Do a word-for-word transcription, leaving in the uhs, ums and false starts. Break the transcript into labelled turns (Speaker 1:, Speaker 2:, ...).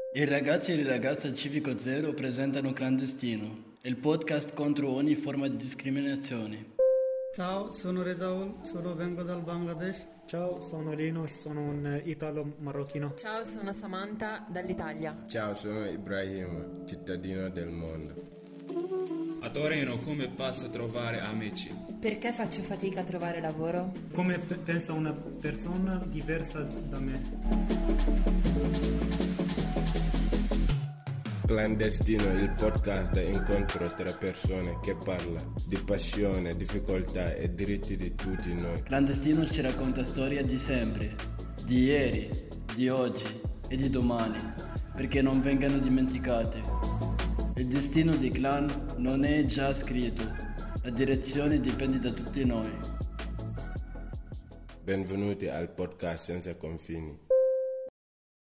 Speaker 1: I ragazzi e le ragazze al Civico Zero presentano Clandestino, il podcast contro ogni forma di discriminazione.
Speaker 2: Ciao, sono Rezaul, sono, vengo dal Bangladesh.
Speaker 3: Ciao, sono Lino e sono un italo-marocchino.
Speaker 4: Ciao, sono Samantha dall'Italia.
Speaker 5: Ciao, sono Ibrahim, cittadino del mondo.
Speaker 6: A Torino come posso trovare amici?
Speaker 4: Perché faccio fatica a trovare lavoro?
Speaker 3: Come p- pensa una persona diversa da me?
Speaker 5: Clandestino, il podcast da incontro tra persone che parla di passione, difficoltà e diritti di tutti noi.
Speaker 1: Clandestino ci racconta storie di sempre, di ieri, di oggi e di domani, perché non vengano dimenticate. Il destino di Clan non è già scritto, la direzione dipende da tutti noi.
Speaker 5: Benvenuti al podcast Senza Confini.